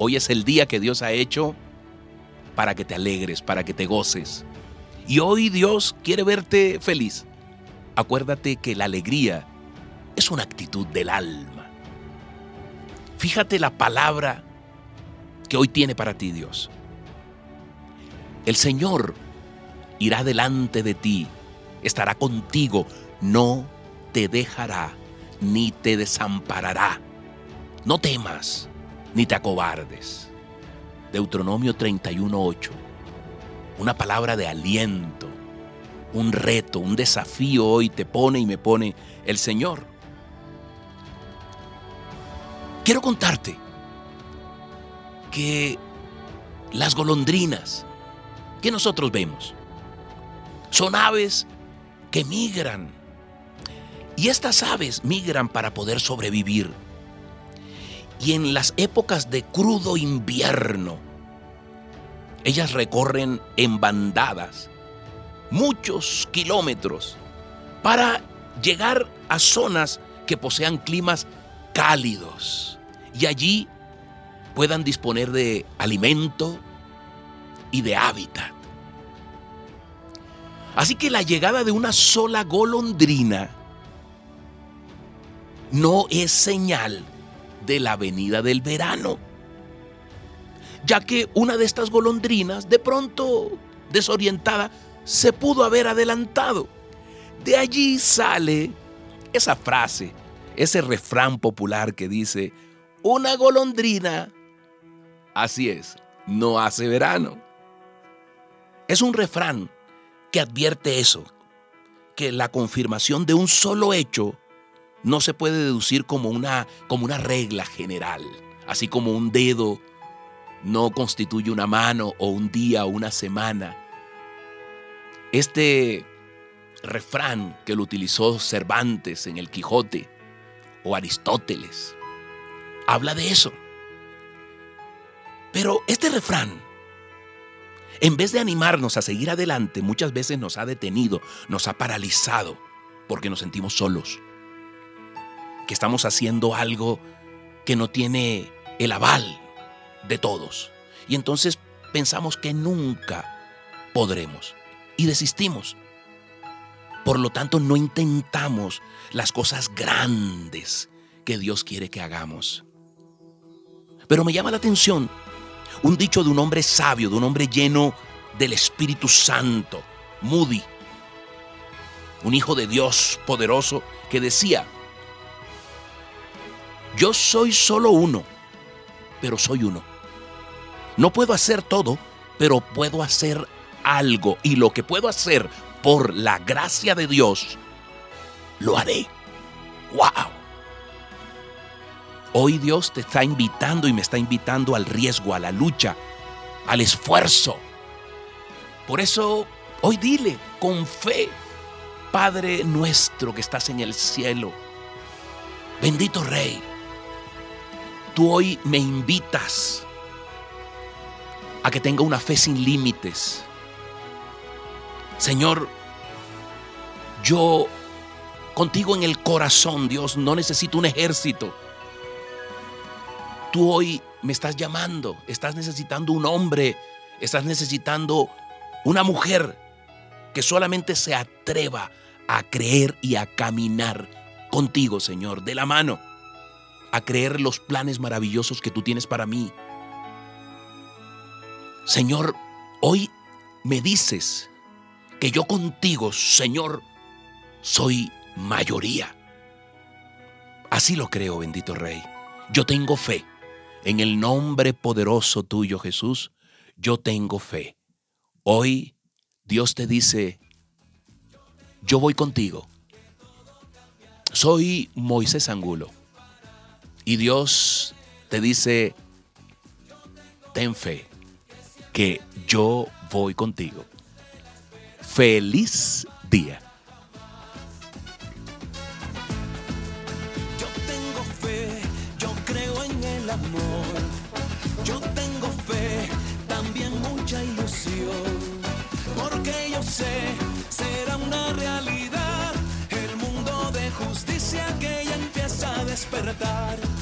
Hoy es el día que Dios ha hecho para que te alegres, para que te goces. Y hoy Dios quiere verte feliz. Acuérdate que la alegría es una actitud del alma. Fíjate la palabra que hoy tiene para ti Dios. El Señor irá delante de ti, estará contigo, no te dejará ni te desamparará. No temas ni te acobardes. Deuteronomio 31:8. Una palabra de aliento, un reto, un desafío hoy te pone y me pone el Señor. Quiero contarte que las golondrinas que nosotros vemos son aves que migran. Y estas aves migran para poder sobrevivir. Y en las épocas de crudo invierno, ellas recorren en bandadas muchos kilómetros para llegar a zonas que posean climas cálidos y allí puedan disponer de alimento y de hábitat. Así que la llegada de una sola golondrina no es señal de la venida del verano, ya que una de estas golondrinas, de pronto desorientada, se pudo haber adelantado. De allí sale esa frase, ese refrán popular que dice: una golondrina, así es, no hace verano. Es un refrán que advierte eso, que la confirmación de un solo hecho no se puede deducir como una regla general, así como un dedo no constituye una mano o un día o una semana. Este refrán que lo utilizó Cervantes en el Quijote o Aristóteles habla de eso. Pero este refrán, en vez de animarnos a seguir adelante, muchas veces nos ha detenido, nos ha paralizado, porque nos sentimos solos, que estamos haciendo algo que no tiene el aval de todos. Y entonces pensamos que nunca podremos y desistimos. Por lo tanto, no intentamos las cosas grandes que Dios quiere que hagamos. Pero me llama la atención un dicho de un hombre sabio, de un hombre lleno del Espíritu Santo, Moody, un hijo de Dios poderoso, que decía: yo soy solo uno, pero soy uno. No puedo hacer todo, pero puedo hacer algo. Y lo que puedo hacer por la gracia de Dios, lo haré. ¡Wow! Hoy Dios te está invitando y me está invitando al riesgo, a la lucha, al esfuerzo. Por eso, hoy dile con fe: Padre nuestro que estás en el cielo, bendito Rey, tú hoy me invitas a que tenga una fe sin límites. Señor, yo contigo en el corazón, Dios, no necesito un ejército. Tú hoy me estás llamando, estás necesitando un hombre, estás necesitando una mujer que solamente se atreva a creer y a caminar contigo, Señor, de la mano, a creer los planes maravillosos que tú tienes para mí. Señor, hoy me dices que yo contigo, Señor, soy mayoría. Así lo creo, bendito Rey. Yo tengo fe. En el nombre poderoso tuyo, Jesús, yo tengo fe. Hoy Dios te dice: yo voy contigo. Soy Moisés Angulo. Y Dios te dice: ten fe, que yo voy contigo. Feliz día. Yo tengo fe, yo creo en el amor. Yo tengo fe, también mucha ilusión. Porque yo sé, será una realidad el mundo de justicia que ya empieza a despertar.